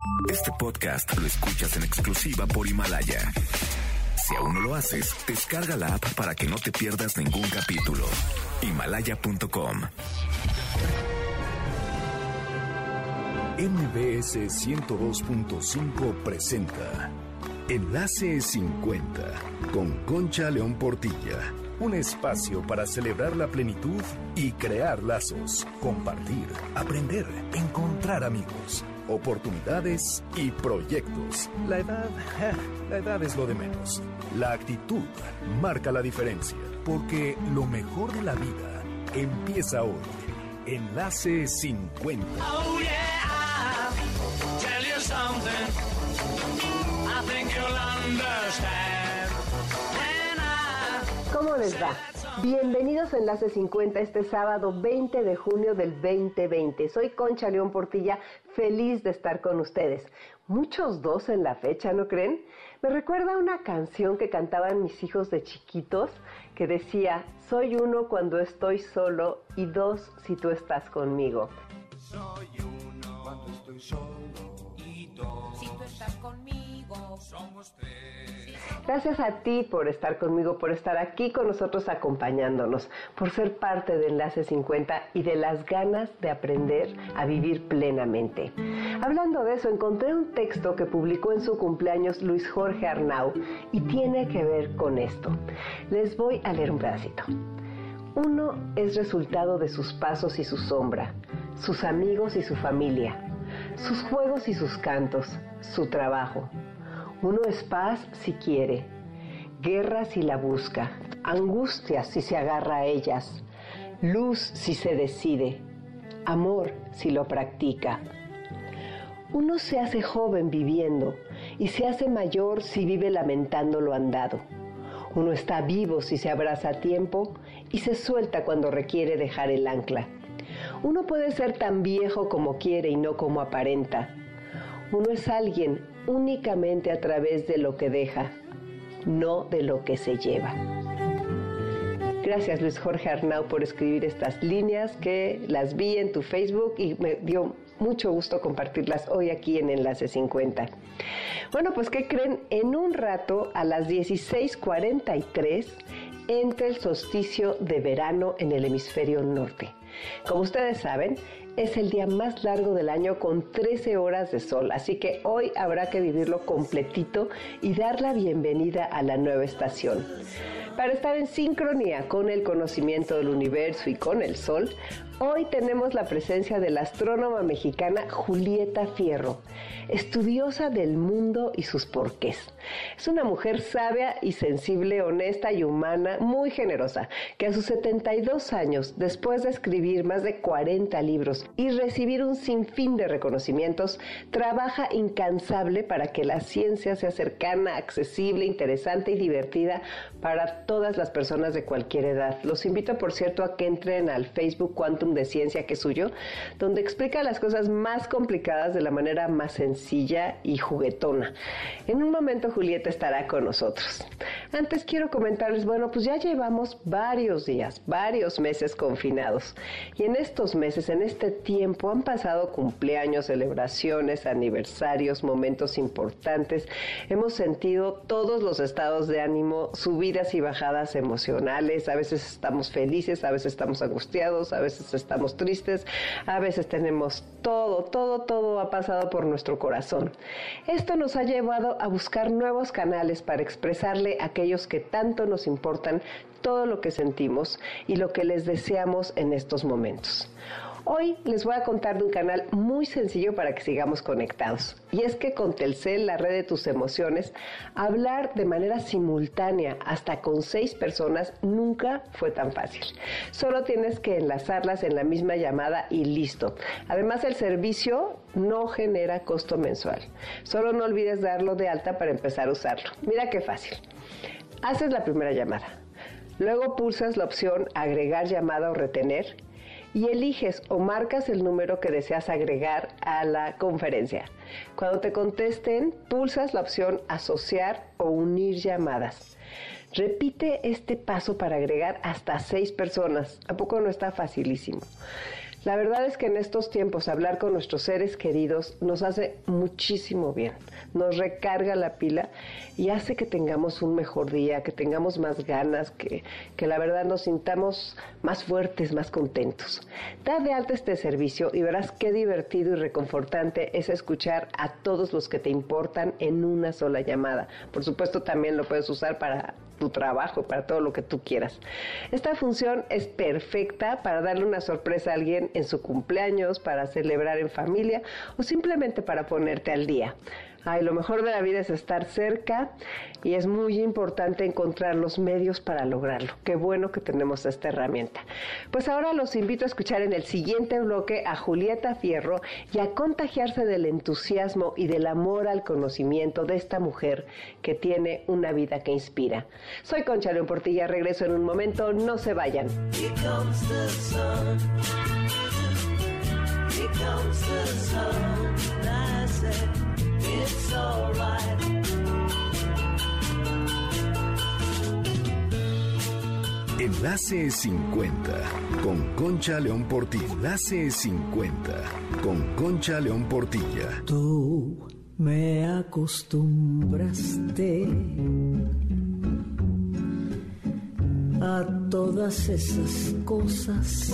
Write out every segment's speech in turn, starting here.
Este podcast lo escuchas en exclusiva por Himalaya. Si aún no lo haces, descarga la app para que no te pierdas ningún capítulo. Himalaya.com. MBS 102.5 presenta Enlace 50 con Concha León Portilla. Un espacio para celebrar la plenitud y crear lazos, compartir, aprender, encontrar amigos, oportunidades y proyectos. La edad es lo de menos. La actitud marca la diferencia, porque lo mejor de la vida empieza hoy. Enlace 50. Oh yeah, I'll tell you something. I think you'll understand. ¿Cómo les va? Bienvenidos a Enlace 50 este sábado 20 de junio del 2020. Soy Concha León Portilla, feliz de estar con ustedes. Muchos dos en la fecha, ¿no creen? Me recuerda una canción que cantaban mis hijos de chiquitos que decía: soy uno cuando estoy solo y dos si tú estás conmigo. Soy uno cuando estoy solo y dos si tú estás conmigo. Somos tres. Gracias a ti por estar conmigo, por estar aquí con nosotros acompañándonos, por ser parte de Enlace 50 y de las ganas de aprender a vivir plenamente. Hablando de eso, encontré un texto que publicó en su cumpleaños Luis Jorge Arnau y tiene que ver con esto. Les voy a leer un pedacito. Uno es resultado de sus pasos y su sombra, sus amigos y su familia, sus juegos y sus cantos, su trabajo. Uno es paz si quiere, guerra si la busca, angustia si se agarra a ellas, luz si se decide, amor si lo practica. Uno se hace joven viviendo y se hace mayor si vive lamentando lo andado. Uno está vivo si se abraza a tiempo y se suelta cuando requiere dejar el ancla. Uno puede ser tan viejo como quiere y no como aparenta. Uno es alguien únicamente a través de lo que deja, no de lo que se lleva. Gracias, Luis Jorge Arnau, por escribir estas líneas que las vi en tu Facebook y me dio mucho gusto compartirlas hoy aquí en Enlace 50. Bueno, pues ¿qué creen? En un rato, a las 16:43, entra el solsticio de verano en el hemisferio norte. Como ustedes saben, es el día más largo del año con 13 horas de sol, así que hoy habrá que vivirlo completito y dar la bienvenida a la nueva estación. Para estar en sincronía con el conocimiento del universo y con el sol, hoy tenemos la presencia de la astrónoma mexicana Julieta Fierro, estudiosa del mundo y sus porqués. Es una mujer sabia y sensible, honesta y humana, muy generosa, que a sus 72 años, después de escribir más de 40 libros y recibir un sinfín de reconocimientos, trabaja incansable para que la ciencia sea cercana, accesible, interesante y divertida para todas las personas de cualquier edad. Los invito, por cierto, a que entren al Facebook Quantum de Ciencia, que es suyo, donde explica las cosas más complicadas de la manera más sencilla y juguetona. En un momento Julieta estará con nosotros. Antes quiero comentarles, bueno, pues ya llevamos varios días, varios meses confinados. Y en estos meses, en este tiempo, han pasado cumpleaños, celebraciones, aniversarios, momentos importantes. Hemos sentido todos los estados de ánimo, subidas y bajadas emocionales. A veces estamos felices, a veces estamos angustiados, a veces estamos tristes, a veces tenemos todo ha pasado por nuestro corazón. Esto nos ha llevado a buscar nuevos canales para expresarle a aquellos que tanto nos importan todo lo que sentimos y lo que les deseamos en estos momentos. Hoy les voy a contar de un canal muy sencillo para que sigamos conectados. Y es que con Telcel, la red de tus emociones, hablar de manera simultánea hasta con 6 personas nunca fue tan fácil. Solo tienes que enlazarlas en la misma llamada y listo. Además, el servicio no genera costo mensual. Solo no olvides darlo de alta para empezar a usarlo. Mira qué fácil. Haces la primera llamada. Luego pulsas la opción agregar llamada o retener y eliges o marcas el número que deseas agregar a la conferencia. Cuando te contesten, pulsas la opción asociar o unir llamadas. Repite este paso para agregar hasta 6 personas. ¿A poco no está facilísimo? La verdad es que en estos tiempos hablar con nuestros seres queridos nos hace muchísimo bien, nos recarga la pila y hace que tengamos un mejor día, que tengamos más ganas, que la verdad nos sintamos más fuertes, más contentos. Da de alta este servicio y verás qué divertido y reconfortante es escuchar a todos los que te importan en una sola llamada. Por supuesto, también lo puedes usar para tu trabajo, para todo lo que tú quieras. Esta función es perfecta para darle una sorpresa a alguien en su cumpleaños, para celebrar en familia o simplemente para ponerte al día. Ay, lo mejor de la vida es estar cerca y es muy importante encontrar los medios para lograrlo. Qué bueno que tenemos esta herramienta. Pues ahora los invito a escuchar en el siguiente bloque a Julieta Fierro y a contagiarse del entusiasmo y del amor al conocimiento de esta mujer que tiene una vida que inspira. Soy Concha León Portilla, regreso en un momento, no se vayan. Here comes the sun. Here comes the sun. I said, it's all right. Enlace 50 con Concha León Portilla. Enlace 50 con Concha León Portilla. Tú me acostumbraste a todas esas cosas.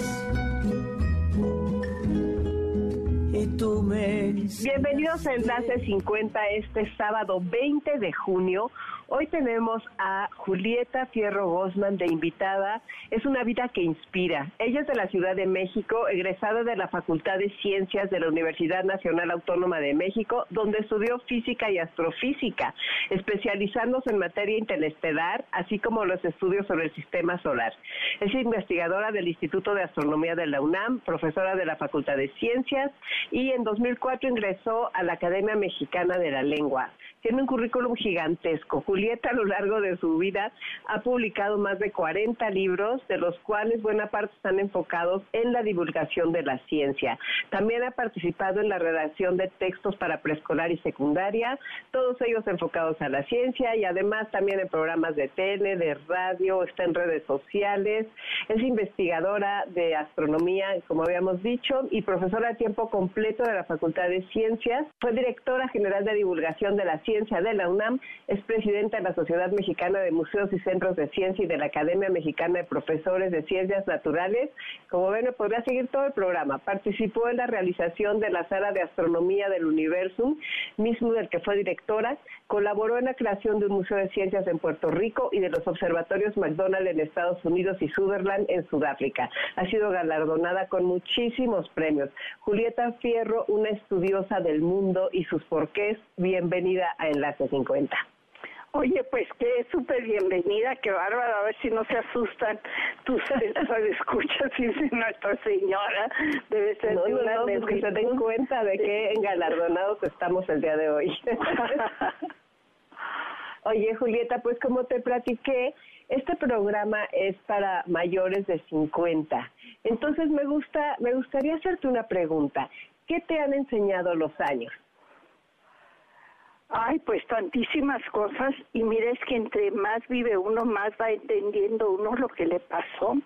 Y tú me... Bienvenidos a Enlace 50 este sábado 20 de junio. Hoy tenemos a Julieta Fierro Gosman de invitada. Es una vida que inspira. Ella es de la Ciudad de México, egresada de la Facultad de Ciencias de la Universidad Nacional Autónoma de México, donde estudió física y astrofísica, especializándose en materia interestelar, así como los estudios sobre el sistema solar. Es investigadora del Instituto de Astronomía de la UNAM, profesora de la Facultad de Ciencias y en 2004 ingresó a la Academia Mexicana de la Lengua. Tiene un currículum gigantesco. Julieta, a lo largo de su vida, ha publicado más de 40 libros, de los cuales buena parte están enfocados en la divulgación de la ciencia. También ha participado en la redacción de textos para preescolar y secundaria, todos ellos enfocados a la ciencia, y además también en programas de tele, de radio, está en redes sociales, es investigadora de astronomía, como habíamos dicho, y profesora a tiempo completo de la Facultad de Ciencias. Fue directora general de divulgación de la ciencia de la UNAM, es presidenta de la Sociedad Mexicana de Museos y Centros de Ciencia y de la Academia Mexicana de Profesores de Ciencias Naturales. Como ven, podría seguir todo el programa. Participó en la realización de la Sala de Astronomía del Universum, mismo del que fue directora. Colaboró en la creación de un Museo de Ciencias en Puerto Rico y de los observatorios McDonald en Estados Unidos y Sutherland en Sudáfrica. Ha sido galardonada con muchísimos premios. Julieta Fierro, una estudiosa del mundo y sus porqués. Bienvenida a Enlace 50. Oye, pues qué súper bienvenida, qué bárbaro, a ver si no se asustan tus escuchas y si Nuestra Señora debe ser de una pues que se den cuenta de qué galardonados estamos el día de hoy. Oye, Julieta, pues como te platiqué, este programa es para mayores de 50. Entonces me gustaría hacerte una pregunta. ¿Qué te han enseñado los años? Ay, pues tantísimas cosas, y mira, es que entre más vive uno, más va entendiendo uno lo que le pasó.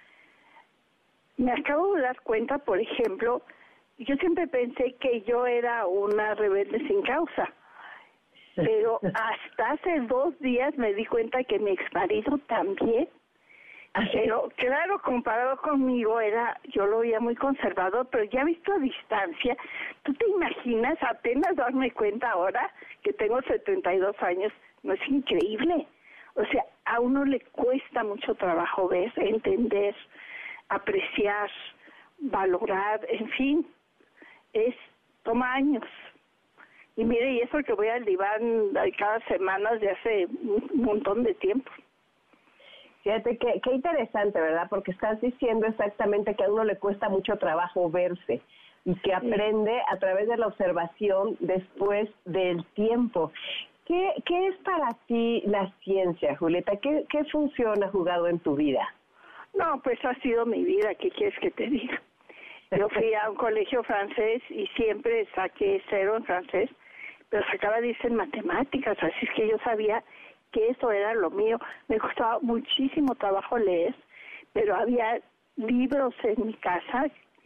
Me acabo de dar cuenta, por ejemplo, yo siempre pensé que yo era una rebelde sin causa, pero hasta hace 2 días me di cuenta que mi exmarido también. Pero claro, comparado conmigo yo lo veía muy conservador, pero ya visto a distancia, ¿tú te imaginas apenas darme cuenta ahora que tengo 72 años? ¿No es increíble? O sea, a uno le cuesta mucho trabajo ver, entender, apreciar, valorar, en fin, toma años. Y mire, y eso que voy al diván cada semana desde hace un montón de tiempo. Fíjate qué interesante, ¿verdad? Porque estás diciendo exactamente que a uno le cuesta mucho trabajo verse y que aprende a través de la observación después del tiempo. ¿Qué es para ti la ciencia, Julieta? ¿Qué función ha jugado en tu vida? No, pues ha sido mi vida, ¿qué quieres que te diga? Yo fui a un colegio francés y siempre saqué 0 en francés, pero sacaba 10 en matemáticas, así es que yo sabía que eso era lo mío. Me costaba muchísimo trabajo leer, pero había libros en mi casa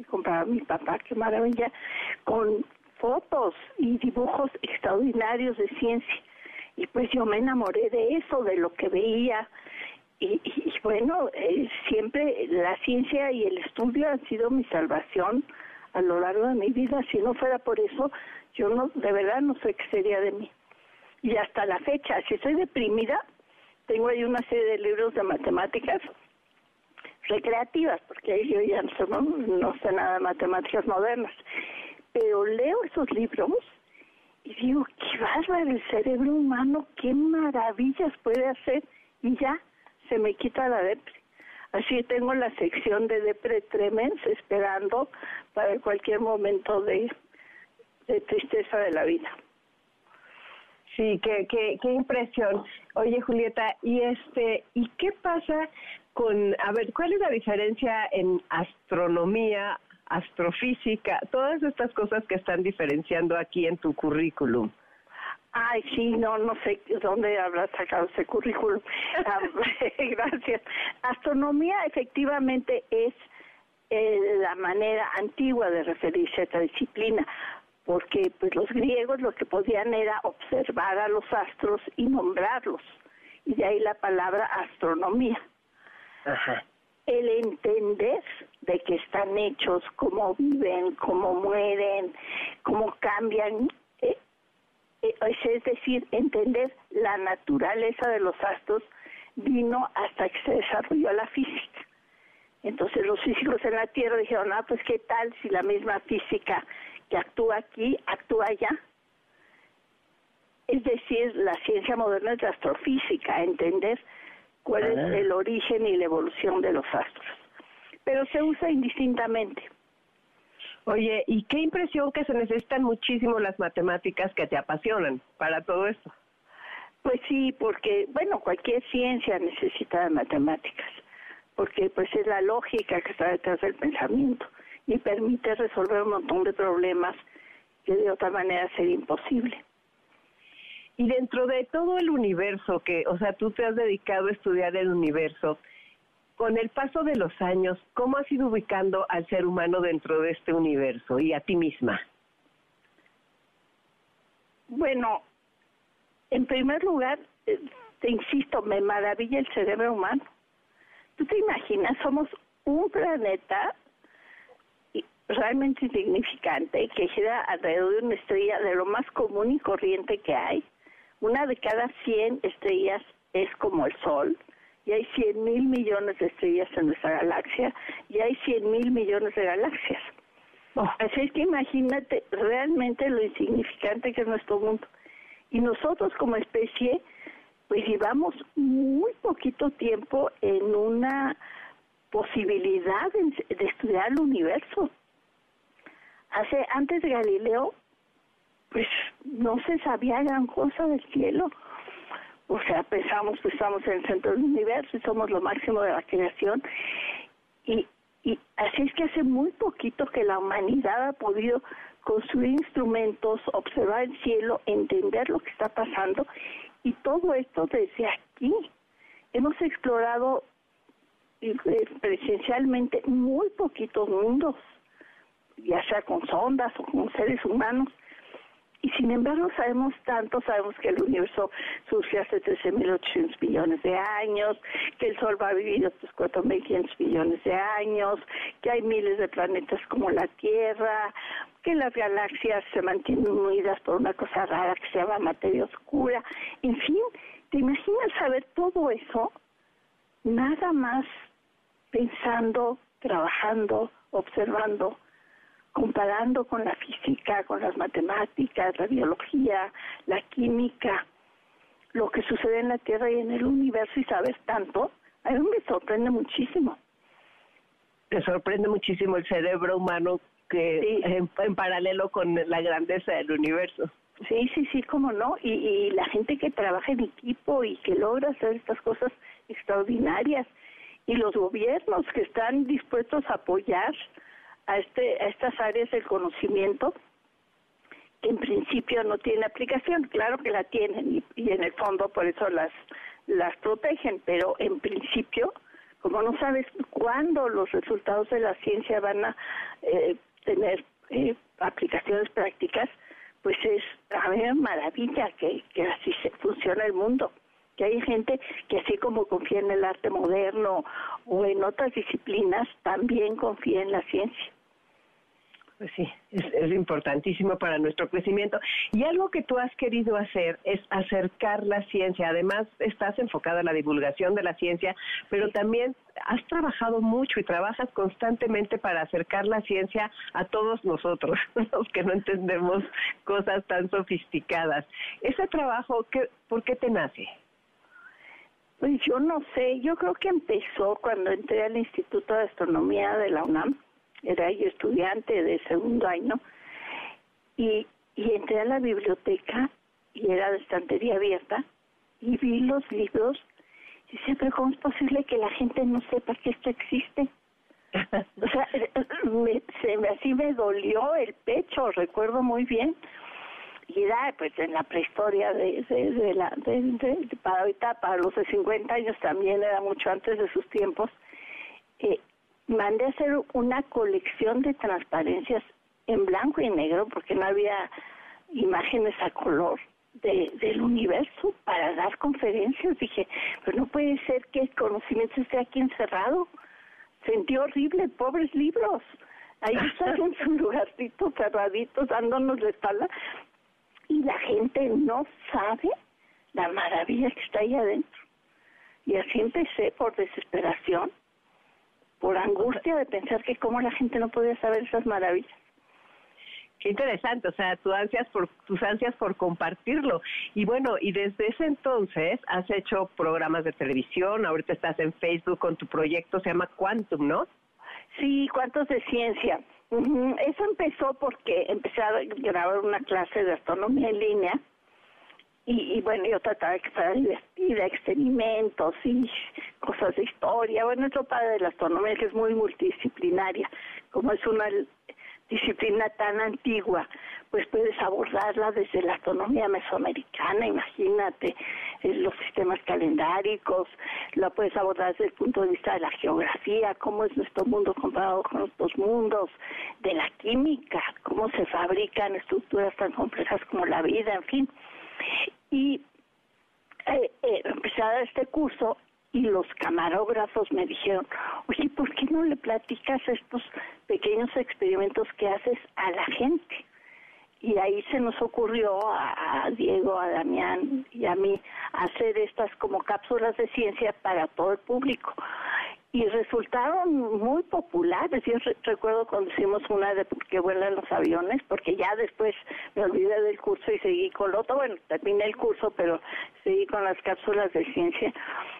que compraba mi papá, qué maravilla, con fotos y dibujos extraordinarios de ciencia. Y pues yo me enamoré de eso, de lo que veía. Y bueno, siempre la ciencia y el estudio han sido mi salvación a lo largo de mi vida. Si no fuera por eso, yo no, de verdad no sé qué sería de mí. Y hasta la fecha, si estoy deprimida, tengo ahí una serie de libros de matemáticas recreativas, porque ahí yo ya no sé nada de matemáticas modernas. Pero leo esos libros y digo, qué bárbaro el cerebro humano, qué maravillas puede hacer, y ya se me quita la depre. Así tengo la sección de depre tremens esperando para cualquier momento de tristeza de la vida. Sí, qué impresión. Oye, Julieta, ¿y qué pasa con, a ver, cuál es la diferencia en astronomía, astrofísica, todas estas cosas que están diferenciando aquí en tu currículum? Ay, sí, no sé dónde habrás sacado ese currículum. Gracias. Astronomía efectivamente es la manera antigua de referirse a esta disciplina, porque pues los griegos lo que podían era observar a los astros y nombrarlos, y de ahí la palabra astronomía. Ajá. El entender de qué están hechos, cómo viven, cómo mueren, cómo cambian, es decir, entender la naturaleza de los astros vino hasta que se desarrolló la física. Entonces los físicos en la Tierra dijeron, pues qué tal si la misma física que actúa aquí, actúa allá. Es decir, la ciencia moderna es la astrofísica, entender cuál es el origen y la evolución de los astros. Pero se usa indistintamente. Oye, y qué impresión que se necesitan muchísimo las matemáticas que te apasionan para todo esto. Pues sí, porque, bueno, cualquier ciencia necesita de matemáticas, porque pues es la lógica que está detrás del pensamiento y permite resolver un montón de problemas que de otra manera sería imposible. Y dentro de todo el universo que, o sea, tú te has dedicado a estudiar el universo, con el paso de los años, ¿cómo has ido ubicando al ser humano dentro de este universo y a ti misma? Bueno, en primer lugar, te insisto, me maravilla el cerebro humano. ¿Tú te imaginas? Somos un planeta realmente insignificante que gira alrededor de una estrella de lo más común y corriente que hay. Una de cada 100 estrellas es como el Sol, y hay 100,000 millones de estrellas en nuestra galaxia, y hay 100,000 millones de galaxias. Así es que imagínate realmente lo insignificante que es nuestro mundo. Y nosotros como especie, pues llevamos muy poquito tiempo en una posibilidad de estudiar el universo. Antes de Galileo, pues no se sabía gran cosa del cielo. O sea, pensamos que estamos en el centro del universo y somos lo máximo de la creación. Y así es que hace muy poquito que la humanidad ha podido construir instrumentos, observar el cielo, entender lo que está pasando, y todo esto desde aquí. Hemos explorado presencialmente muy poquitos mundos, ya sea con sondas o con seres humanos, y sin embargo sabemos que el universo surgió hace 13.800 billones de años, que el Sol va a vivir otros 4.500 billones de años, que hay miles de planetas como la Tierra, que las galaxias se mantienen unidas por una cosa rara que se llama materia oscura. En fin, ¿te imaginas saber todo eso? Nada más pensando, trabajando, observando, comparando con la física, con las matemáticas, la biología, la química, lo que sucede en la Tierra y en el universo, y saber tanto, a mí me sorprende muchísimo. Te sorprende muchísimo el cerebro humano que sí, en paralelo con la grandeza del universo. Sí, cómo no, y la gente que trabaja en equipo y que logra hacer estas cosas extraordinarias, y los gobiernos que están dispuestos a apoyar a estas áreas del conocimiento que en principio no tienen aplicación. Claro que la tienen y en el fondo por eso las protegen, pero en principio como no sabes cuándo los resultados de la ciencia van a tener aplicaciones prácticas, pues es a ver maravilla que así funciona el mundo. Que hay gente que así como confía en el arte moderno o en otras disciplinas, también confía en la ciencia. Pues sí, es importantísimo para nuestro crecimiento. Y algo que tú has querido hacer es acercar la ciencia. Además, estás enfocada en la divulgación de la ciencia, pero también has trabajado mucho y trabajas constantemente para acercar la ciencia a todos nosotros, los que no entendemos cosas tan sofisticadas. Ese trabajo, ¿por qué te nace? Pues yo no sé, yo creo que empezó cuando entré al Instituto de Astronomía de la UNAM. Era yo estudiante de segundo año y entré a la biblioteca y era de estantería abierta y vi los libros y decía, pero ¿cómo es posible que la gente no sepa que esto existe? O sea, así me dolió el pecho, recuerdo muy bien. Y era pues en la prehistoria para ahorita, para los de 50 años también era mucho antes de sus tiempos. Mandé a hacer una colección de transparencias en blanco y negro porque no había imágenes a color del universo para dar conferencias. Dije, pero no puede ser que el conocimiento esté aquí encerrado. Sentí horrible, pobres libros. Ahí están en su lugarcito cerradito dándonos la espalda y la gente no sabe la maravilla que está ahí adentro. Y así empecé por desesperación, por angustia de pensar que cómo la gente no podía saber esas maravillas. Qué interesante, o sea, tus ansias por compartirlo. Y bueno, y desde ese entonces has hecho programas de televisión, ahorita estás en Facebook con tu proyecto, se llama Quantum, ¿no? Sí, Cuantos de Ciencia. Eso empezó porque empecé a grabar una clase de astronomía en línea y bueno, yo trataba de que fuera divertida, experimentos y cosas de historia. Bueno, es lo padre de la astronomía, que es muy multidisciplinaria. Como es una disciplina tan antigua, pues puedes abordarla desde la astronomía mesoamericana, imagínate, los sistemas calendáricos, la puedes abordar desde el punto de vista de la geografía, cómo es nuestro mundo comparado con otros mundos, de la química, cómo se fabrican estructuras tan complejas como la vida, en fin. Y empecé a dar este curso y los camarógrafos me dijeron, oye, ¿por qué no le platicas estos pequeños experimentos que haces a la gente? Y ahí se nos ocurrió a Diego, a Damián y a mí hacer estas como cápsulas de ciencia para todo el público. Y resultaron muy populares. Yo recuerdo cuando hicimos una de por qué vuelan los aviones, porque ya después me olvidé del curso y seguí con lo otro. Bueno, terminé el curso, pero seguí con las cápsulas de ciencia.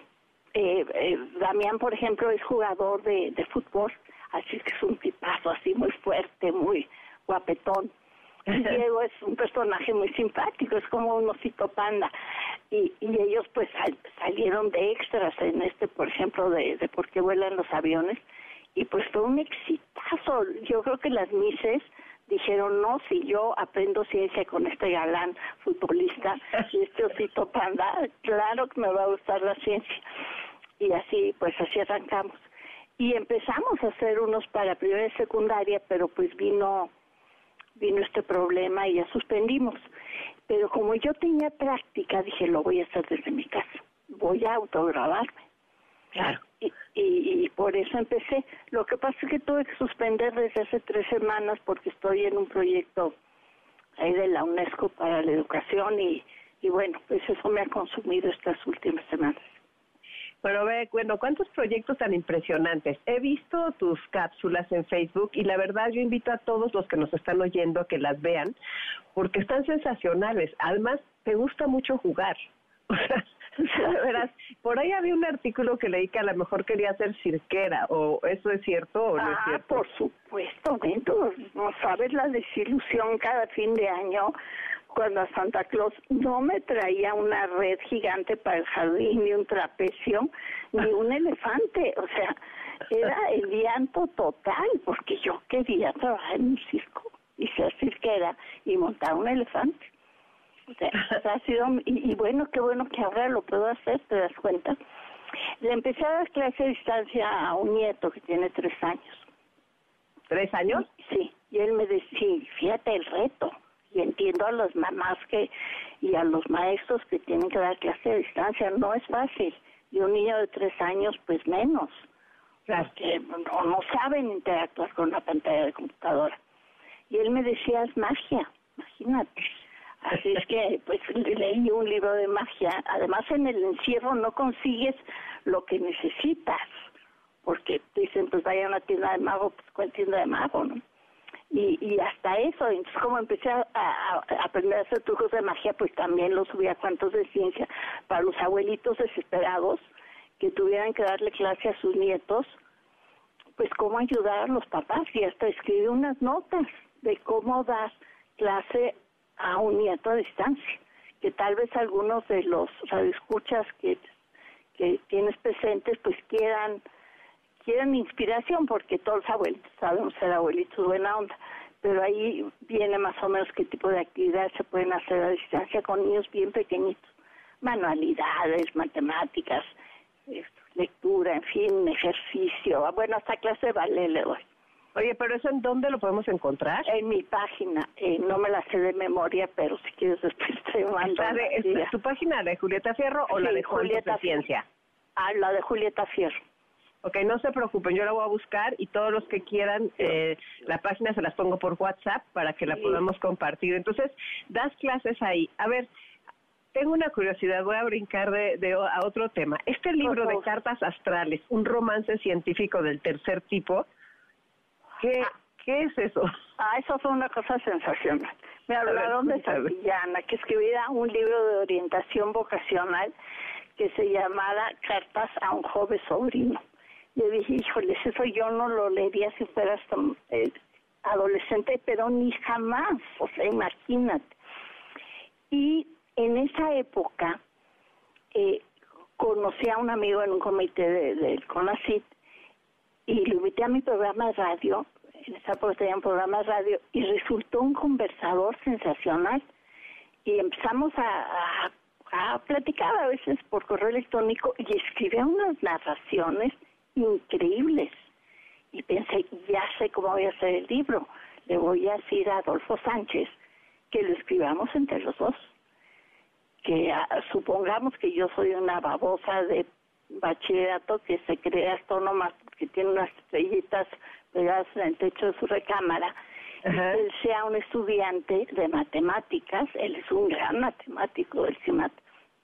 Damián, por ejemplo, es jugador de fútbol, así que es un tipazo así muy fuerte, muy guapetón. Y Diego es un personaje muy simpático, es como un osito panda. Y ellos pues salieron de extras en por ejemplo, de por qué vuelan los aviones. Y pues fue un exitazo. Yo creo que las mises dijeron, no, si yo aprendo ciencia con este galán futbolista y este osito panda, claro que me va a gustar la ciencia. Y así, pues así arrancamos. Y empezamos a hacer unos para primaria y secundaria, pero pues vino este problema y ya suspendimos. Pero como yo tenía práctica, dije, lo voy a hacer desde mi casa. Voy a autograbarme. Claro. Y por eso empecé. Lo que pasa es que tuve que suspender desde hace 3 semanas porque estoy en un proyecto ahí de la UNESCO para la educación y bueno, pues eso me ha consumido estas últimas semanas. Bueno, ¿cuántos proyectos tan impresionantes? He visto tus cápsulas en Facebook y la verdad yo invito a todos los que nos están oyendo a que las vean porque están sensacionales. Además, te gusta mucho jugar. O sea, verás, por ahí había un artículo que leí que a lo mejor quería ser cirquera, o ¿eso es cierto o no es cierto? Por supuesto, Beto, no sabes la desilusión cada fin de año cuando a Santa Claus no me traía una red gigante para el jardín, ni un trapecio, ni un elefante. O sea, era el llanto total, porque yo quería trabajar en un circo y ser cirquera y montar un elefante. O sea, ha sido, y bueno, qué bueno que ahora lo puedo hacer, ¿te das cuenta? Le empecé a dar clase a distancia a un nieto que tiene 3 años. ¿3 años? Sí, y él me decía, fíjate el reto, y entiendo a las mamás y a los maestros que tienen que dar clase a distancia, no es fácil, y un niño de 3 años, pues menos, porque no saben interactuar con una pantalla de computadora. Y él me decía, es magia, imagínate. Así es que, pues, leí un libro de magia. Además, en el encierro no consigues lo que necesitas, porque dicen, pues, vaya a una tienda de mago, pues, ¿cuál tienda de mago, no? Y hasta eso, entonces, como empecé a aprender a hacer trucos de magia, pues, también los subí a cuentos de ciencia para los abuelitos desesperados que tuvieran que darle clase a sus nietos, pues, cómo ayudar a los papás, y hasta escribí unas notas de cómo dar clase a un nieto a distancia, que tal vez algunos de los radioescuchas que tienes presentes pues quieran inspiración, porque todos los abuelitos sabemos ser abuelitos buena onda, pero ahí viene más o menos qué tipo de actividades se pueden hacer a distancia con niños bien pequeñitos, manualidades, matemáticas, lectura, en fin, ejercicio, bueno, hasta clase de ballet le doy. Oye, ¿pero eso en dónde lo podemos encontrar? En mi página, no me la sé de memoria, pero si quieres después te mando. ¿Tu página de Julieta Fierro o la de Julieta Ciencia? La de Julieta Fierro. Ok, no se preocupen, yo la voy a buscar y todos los que quieran, la página se las pongo por WhatsApp para que la podamos compartir. Entonces, das clases ahí. A ver, tengo una curiosidad, voy a brincar a otro tema. Este libro de cartas astrales, un romance científico del tercer tipo, ¿qué es eso? Eso fue una cosa sensacional. Me hablaron de Santillana, que escribiera un libro de orientación vocacional que se llamara Cartas a un joven sobrino. Yo dije, híjoles, eso yo no lo leería si fuera hasta adolescente, pero ni jamás, o sea, imagínate. Y en esa época conocí a un amigo en un comité del CONACYT y lo invité a mi programa de radio. En esa época tenía un programa de radio y resultó un conversador sensacional. Y empezamos a platicar a veces por correo electrónico y escribía unas narraciones increíbles. Y pensé, ya sé cómo voy a hacer el libro. Le voy a decir a Adolfo Sánchez que lo escribamos entre los dos. Que supongamos que yo soy una babosa de bachillerato que se cree astrónoma porque tiene unas estrellitas pegadas en el techo de su recámara. Ajá. Él sea un estudiante de matemáticas, él es un gran matemático del CIMAT,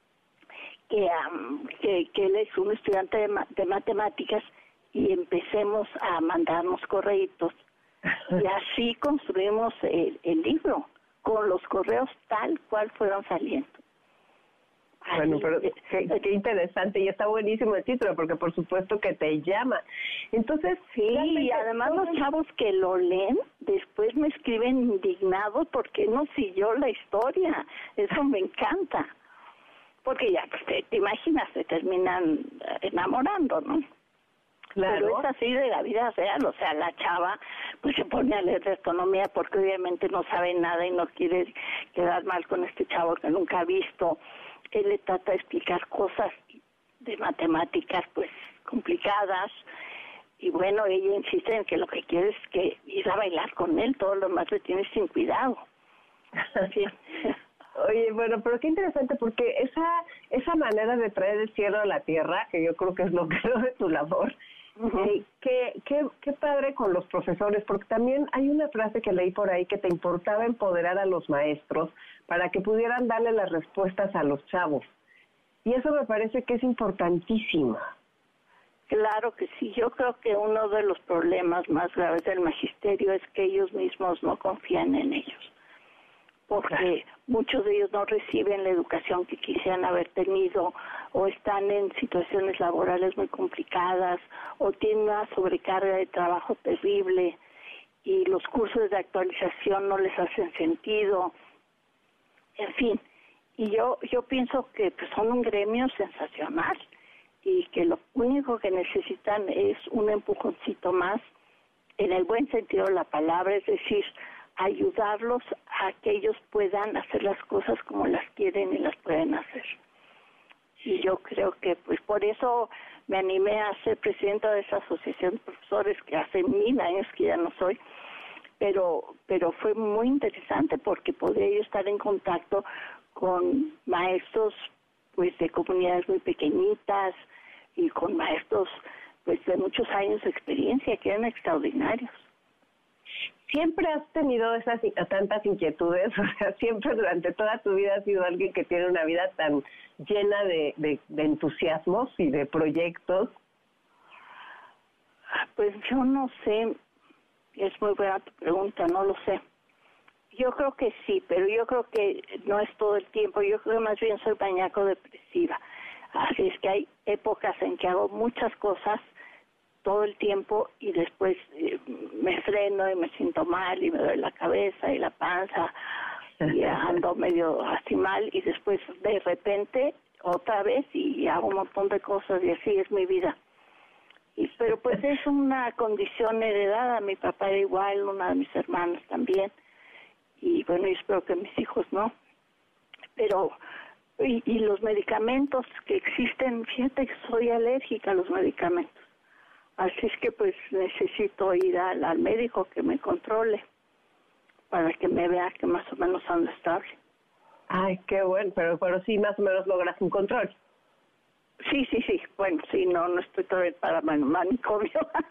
que él es un estudiante de matemáticas y empecemos a mandarnos correitos y así construimos el libro con los correos tal cual fueron saliendo. Bueno, pero qué interesante y está buenísimo el título porque por supuesto que te llama. Entonces, sí, y además los chavos que lo leen después me escriben indignados porque no siguió la historia. Eso me encanta. Porque ya, pues, te imaginas, se terminan enamorando, ¿no? Claro. Pero es así de la vida real, o sea, la chava pues se pone a leer de astronomía porque obviamente no sabe nada y no quiere quedar mal con este chavo que nunca ha visto. Él le trata de explicar cosas de matemáticas pues complicadas y bueno, ella insiste en que lo que quiere es que ir a bailar con él, todo lo demás le tiene sin cuidado. Sí. Oye, bueno, pero qué interesante porque esa manera de traer el cielo a la tierra, que yo creo que es lo que es de tu labor, qué padre con los profesores, porque también hay una frase que leí por ahí que te importaba empoderar a los maestros para que pudieran darle las respuestas a los chavos. Y eso me parece que es importantísimo. Claro que sí, yo creo que uno de los problemas más graves del magisterio es que ellos mismos no confían en ellos, porque muchos de ellos no reciben la educación que quisieran haber tenido o están en situaciones laborales muy complicadas o tienen una sobrecarga de trabajo terrible y los cursos de actualización no les hacen sentido, en fin. Y yo pienso que pues, son un gremio sensacional y que lo único que necesitan es un empujoncito más en el buen sentido de la palabra, es decir, ayudarlos a que ellos puedan hacer las cosas como las quieren y las pueden hacer. Y yo creo que pues por eso me animé a ser presidenta de esa asociación de profesores que hace 1000 años que ya no soy, pero fue muy interesante porque podía yo estar en contacto con maestros pues de comunidades muy pequeñitas y con maestros pues de muchos años de experiencia que eran extraordinarios. ¿Siempre has tenido tantas inquietudes? O sea, siempre durante toda tu vida has sido alguien que tiene una vida tan llena de entusiasmos y de proyectos. Pues yo no sé, es muy buena tu pregunta, no lo sé. Yo creo que sí, pero yo creo que no es todo el tiempo. Yo creo que más bien soy maníaco-depresiva. Así es que hay épocas en que hago muchas cosas todo el tiempo y después me freno y me siento mal y me duele la cabeza y la panza y ando medio así mal y después de repente otra vez y hago un montón de cosas y así es mi vida. Pero pues es una condición heredada. Mi papá era igual, una de mis hermanas también. Y bueno, yo espero que mis hijos no. Pero, y los medicamentos que existen, fíjate que soy alérgica a los medicamentos. Así es que pues necesito ir al médico que me controle para que me vea que más o menos ando estable. Ay, qué bueno, pero sí más o menos logras un control. Sí. Bueno, sí, no estoy todavía para manicomio.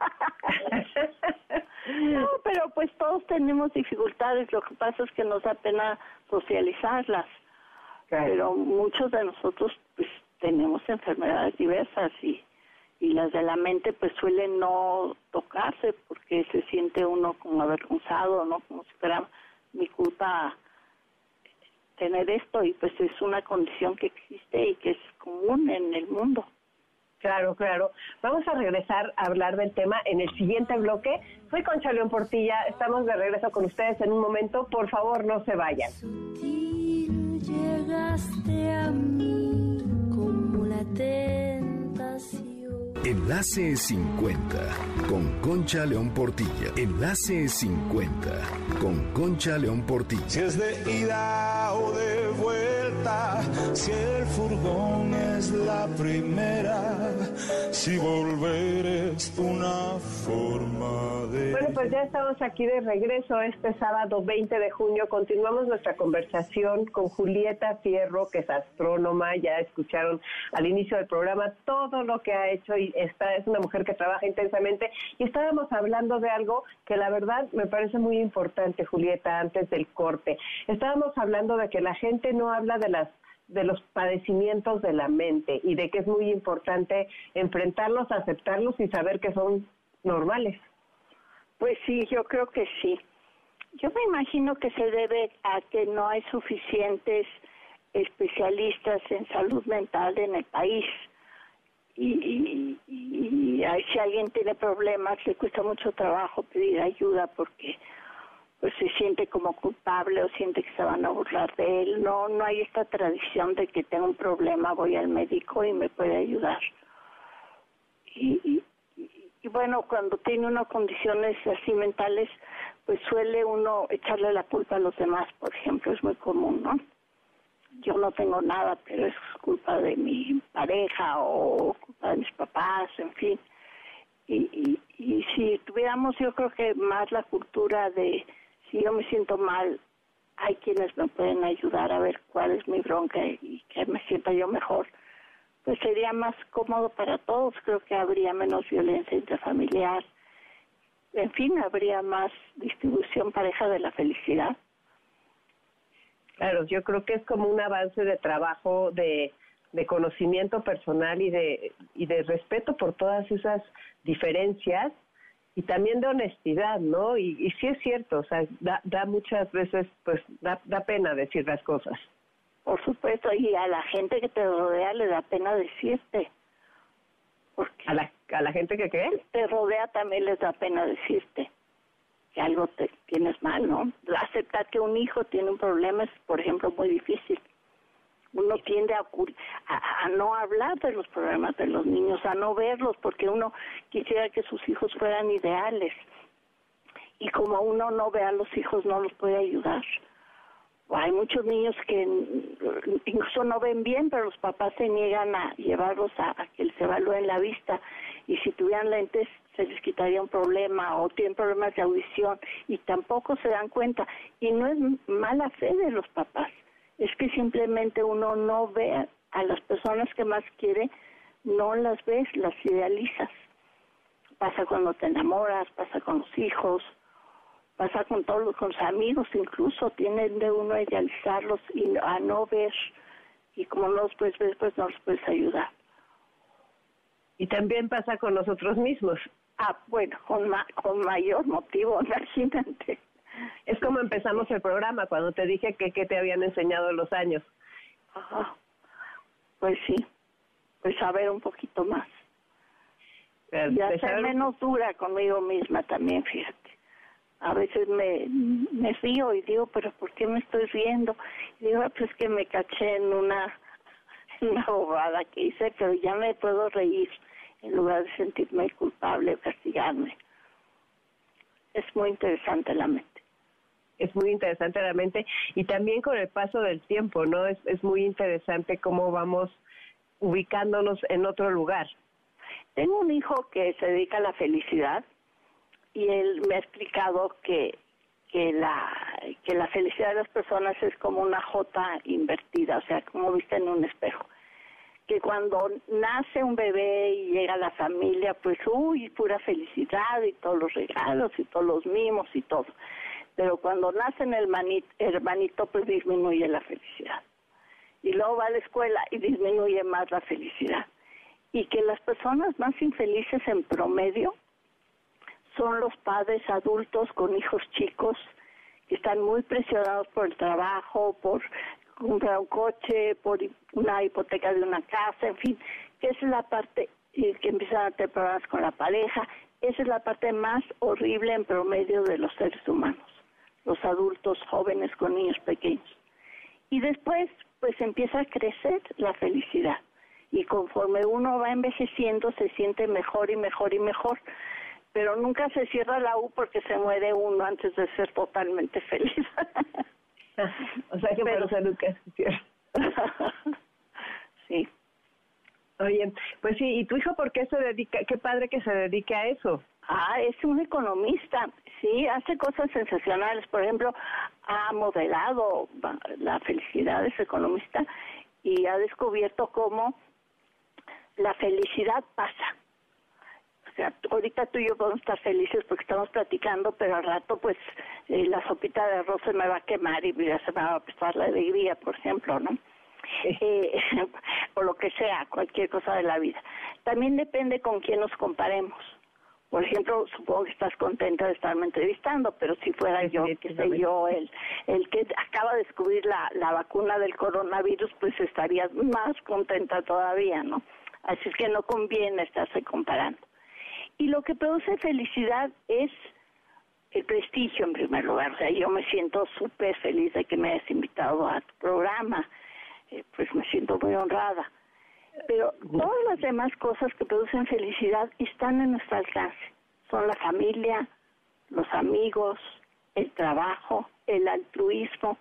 No, pero pues todos tenemos dificultades. Lo que pasa es que nos da pena socializarlas. Claro. Pero muchos de nosotros pues tenemos enfermedades diversas y las de la mente pues suelen no tocarse porque se siente uno como avergonzado, ¿no? Como si fuera mi culpa tener esto y pues es una condición que existe y que es común en el mundo. Claro. Vamos a regresar a hablar del tema en el siguiente bloque. Soy Concha León Portilla, estamos de regreso con ustedes en un momento. Por favor, no se vayan. Sutil, llegaste a mí como la tentación. Enlace 50 con Concha León Portilla. Enlace 50 con Concha León Portilla. Si es de ida o de vuelta, si el furgón es la primera, si volver es una forma de... Bueno, pues ya estamos aquí de regreso este sábado 20 de junio. Continuamos nuestra conversación con Julieta Fierro, que es astrónoma. Ya escucharon al inicio del programa todo lo que ha hecho y es una mujer que trabaja intensamente. Y estábamos hablando de algo que la verdad me parece muy importante, Julieta, antes del corte. Estábamos hablando de que la gente no habla de los padecimientos de la mente y de que es muy importante enfrentarlos, aceptarlos y saber que son normales. Pues sí, yo creo que sí. Yo me imagino que se debe a que no hay suficientes especialistas en salud mental en el país. Y si alguien tiene problemas, le cuesta mucho trabajo pedir ayuda porque pues se siente como culpable o siente que se van a burlar de él. No hay esta tradición de que tengo un problema, voy al médico y me puede ayudar. Y bueno, cuando tiene uno condiciones así mentales, pues suele uno echarle la culpa a los demás, por ejemplo, es muy común, ¿no? Yo no tengo nada, pero es culpa de mi pareja o culpa de mis papás, en fin. Y si tuviéramos, yo creo que más la cultura de si yo me siento mal, hay quienes me pueden ayudar a ver cuál es mi bronca y que me sienta yo mejor, pues sería más cómodo para todos. Creo que habría menos violencia intrafamiliar. En fin, habría más distribución pareja de la felicidad. Claro, yo creo que es como un avance de trabajo, de conocimiento personal y de respeto por todas esas diferencias y también de honestidad, ¿no? Y sí es cierto, o sea, da muchas veces, pues, da pena decir las cosas. Por supuesto, y a la gente que te rodea le da pena decirte. Porque ¿A la gente que qué? Te rodea también les da pena decirte que algo te tienes mal, ¿no? Aceptar que un hijo tiene un problema es, por ejemplo, muy difícil. Uno tiende a no hablar de los problemas de los niños, a no verlos, porque uno quisiera que sus hijos fueran ideales. Y como uno no ve a los hijos, no los puede ayudar. Hay muchos niños que incluso no ven bien, pero los papás se niegan a llevarlos a que les evalúen la vista, y si tuvieran lentes se les quitaría un problema, o tienen problemas de audición y tampoco se dan cuenta. Y no es mala fe de los papás, es que simplemente uno no ve a las personas que más quiere, no las ves, las idealizas. Pasa cuando te enamoras, pasa con los hijos, pasa con todos, con los amigos, incluso tienen de uno a idealizarlos y a no ver, y como no los puedes ver, pues no los puedes ayudar. Y también pasa con nosotros mismos. Bueno, con mayor motivo, imagínate. Es como empezamos el programa, cuando te dije que te habían enseñado los años. Ajá. Pues sí, pues saber un poquito más. Y ser menos dura conmigo misma también, fíjate. A veces me río y digo, pero ¿por qué me estoy riendo? Y digo, pues que me caché en una bobada que hice, pero ya me puedo reír en lugar de sentirme culpable o castigarme. Es muy interesante la mente. Es muy interesante la mente, y también con el paso del tiempo, ¿no? Es muy interesante cómo vamos ubicándonos en otro lugar. Tengo un hijo que se dedica a la felicidad, y él me ha explicado que la felicidad de las personas es como una J invertida, o sea, como vista en un espejo. Que cuando nace un bebé y llega a la familia, pues, pura felicidad y todos los regalos y todos los mimos y todo. Pero cuando nace el hermanito, pues disminuye la felicidad. Y luego va a la escuela y disminuye más la felicidad. Y que las personas más infelices en promedio son los padres adultos con hijos chicos que están muy presionados por el trabajo, por comprar un coche, por una hipoteca de una casa, en fin, que esa es la parte que empiezan a tener problemas con la pareja. Esa es la parte más horrible en promedio de los seres humanos, los adultos jóvenes con niños pequeños. Y después, pues empieza a crecer la felicidad. Y conforme uno va envejeciendo, se siente mejor y mejor y mejor. Pero nunca se cierra la U porque se muere uno antes de ser totalmente feliz. O sea que por eso nunca se cierra. Sí. Oye, pues sí, ¿y tu hijo por qué se dedica? Qué padre que se dedique a eso. Es un economista, sí, hace cosas sensacionales. Por ejemplo, ha modelado la felicidad, es economista, y ha descubierto cómo la felicidad pasa. O sea, ahorita tú y yo podemos estar felices porque estamos platicando, pero al rato, pues, la sopita de arroz se me va a quemar y ya se me va a pasar la alegría, por ejemplo, ¿no? O lo que sea, cualquier cosa de la vida. También depende con quién nos comparemos. Por ejemplo, supongo que estás contenta de estarme entrevistando, pero si fuera yo, qué sé yo, el que acaba de descubrir la vacuna del coronavirus, pues estarías más contenta todavía, ¿no? Así es que no conviene estarse comparando. Y lo que produce felicidad es el prestigio en primer lugar. O sea, yo me siento súper feliz de que me hayas invitado a tu programa, pues me siento muy honrada. Pero todas las demás cosas que producen felicidad están en nuestro alcance. Son la familia, los amigos, el trabajo, el altruismo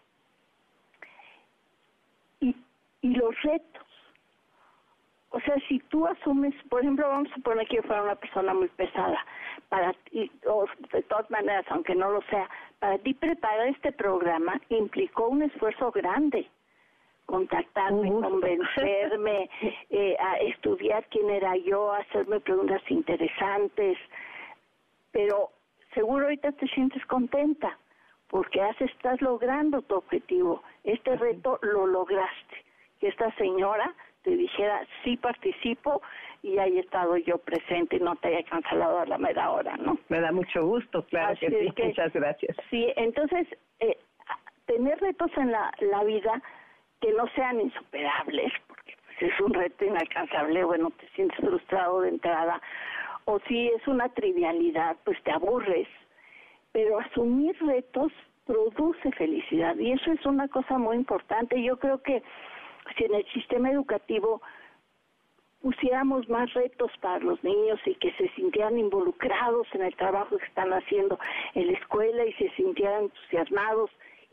y los retos. O sea, si tú asumes, por ejemplo, vamos a suponer que yo fuera una persona muy pesada, para ti, o de todas maneras, aunque no lo sea, para ti preparar este programa implicó un esfuerzo grande. Contactarme, convencerme, a estudiar quién era yo, hacerme preguntas interesantes, pero seguro ahorita te sientes contenta porque estás logrando tu objetivo. Este reto lo lograste, que esta señora te dijera, sí participo, y haya estado yo presente y no te haya cancelado a la mera hora, ¿no? Me da mucho gusto, claro. Así que sí, muchas gracias. Sí, entonces, tener retos en la vida que no sean insuperables, porque si es un reto inalcanzable, bueno, te sientes frustrado de entrada, o si es una trivialidad, pues te aburres, pero asumir retos produce felicidad, y eso es una cosa muy importante. Yo creo que si en el sistema educativo pusiéramos más retos para los niños y que se sintieran involucrados en el trabajo que están haciendo en la escuela y se sintieran entusiasmados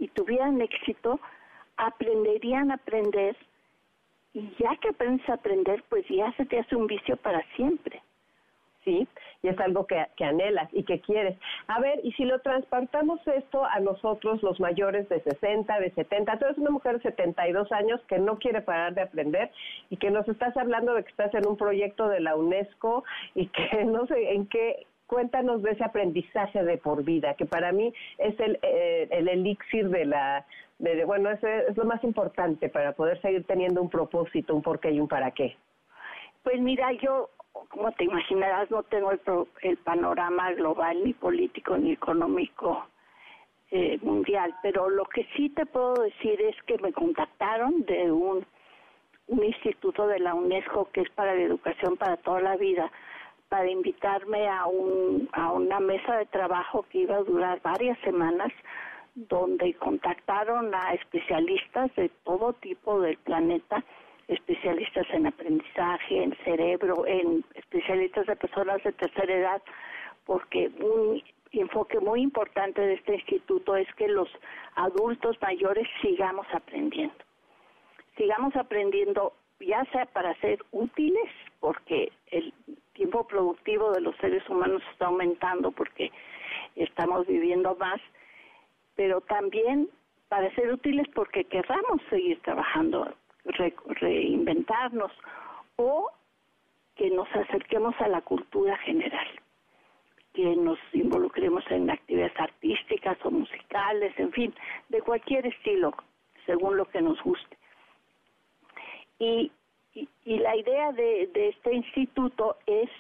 y tuvieran éxito, aprenderían a aprender, y ya que aprendes a aprender, pues ya se te hace un vicio para siempre. Sí, y es algo que anhelas y que quieres. A ver, y si lo transportamos esto a nosotros, los mayores de 60, de 70, tú eres una mujer de 72 años que no quiere parar de aprender y que nos estás hablando de que estás en un proyecto de la UNESCO y que no sé en qué. Cuéntanos de ese aprendizaje de por vida, que para mí es el elixir bueno, es lo más importante para poder seguir teniendo un propósito, un porqué y un para qué. Pues mira, yo, como te imaginarás, no tengo el panorama global, ni político, ni económico mundial, pero lo que sí te puedo decir es que me contactaron de un instituto de la UNESCO que es para la educación para toda la vida, para invitarme a una mesa de trabajo que iba a durar varias semanas, donde contactaron a especialistas de todo tipo del planeta, especialistas en aprendizaje, en cerebro, en especialistas de personas de tercera edad, porque un enfoque muy importante de este instituto es que los adultos mayores sigamos aprendiendo ya sea para ser útiles, porque el tiempo productivo de los seres humanos está aumentando porque estamos viviendo más, pero también para ser útiles porque querramos seguir trabajando, reinventarnos, o que nos acerquemos a la cultura general, que nos involucremos en actividades artísticas o musicales, en fin, de cualquier estilo, según lo que nos guste. Y la idea de este instituto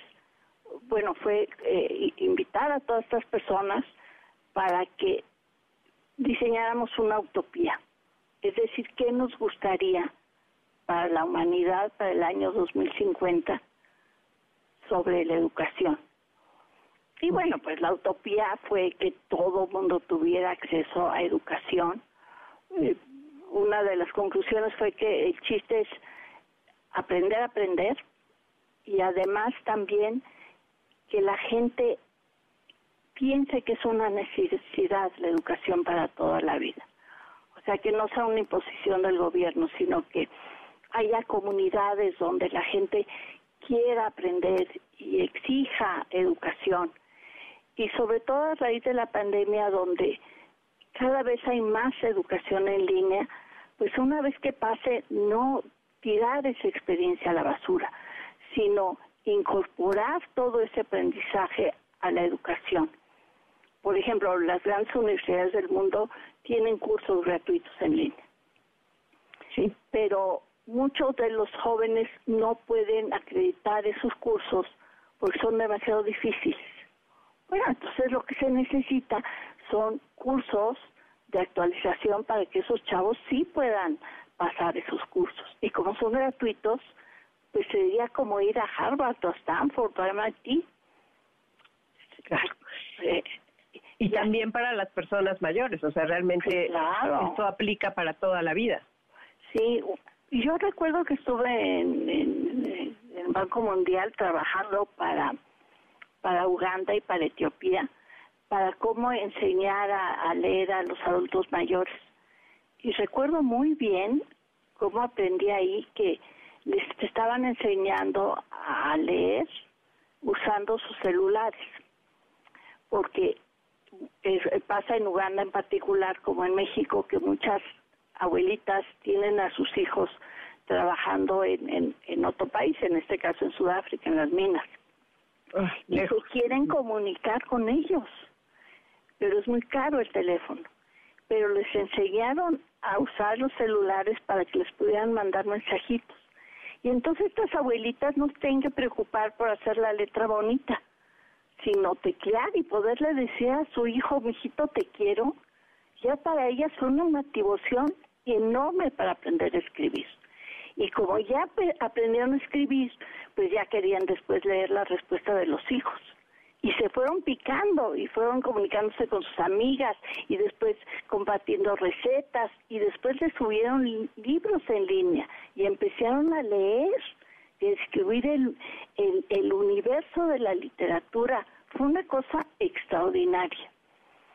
fue invitar a todas estas personas para que diseñáramos una utopía. Es decir, ¿qué nos gustaría para la humanidad para el año 2050 sobre la educación? Y bueno, pues la utopía fue que todo el mundo tuviera acceso a educación. Una de las conclusiones fue que el chiste es aprender a aprender, y además también que la gente piense que es una necesidad la educación para toda la vida. O sea, que no sea una imposición del gobierno, sino que haya comunidades donde la gente quiera aprender y exija educación. Y sobre todo a raíz de la pandemia, donde cada vez hay más educación en línea, pues una vez que pase, no tirar esa experiencia a la basura, sino incorporar todo ese aprendizaje a la educación. Por ejemplo, las grandes universidades del mundo tienen cursos gratuitos en línea. Sí, pero muchos de los jóvenes no pueden acreditar esos cursos porque son demasiado difíciles. Bueno, entonces lo que se necesita son cursos de actualización para que esos chavos sí puedan pasar esos cursos. Y como son gratuitos, pues sería como ir a Harvard o a Stanford o a MIT. Claro. Y también para las personas mayores, o sea, realmente claro, esto aplica para toda la vida. Sí, yo recuerdo que estuve en el Banco Mundial trabajando para Uganda y para Etiopía, para cómo enseñar a leer a los adultos mayores. Y recuerdo muy bien cómo aprendí ahí que les estaban enseñando a leer usando sus celulares, porque pasa en Uganda en particular, como en México, que muchas abuelitas tienen a sus hijos trabajando en otro país, en este caso en Sudáfrica, en las minas, y se quieren comunicar con ellos, pero es muy caro el teléfono. Pero les enseñaron a usar los celulares para que les pudieran mandar mensajitos. Y entonces estas abuelitas no tienen que preocupar por hacer la letra bonita, sino teclear y poderle decir a su hijo, mijito, te quiero. Ya para ellas fue una motivación enorme para aprender a escribir. Y como ya aprendieron a escribir, pues ya querían después leer la respuesta de los hijos. Y se fueron picando y fueron comunicándose con sus amigas y después compartiendo recetas y después les subieron libros en línea y empezaron a leer y a descubrir el universo de la literatura. Fue una cosa extraordinaria.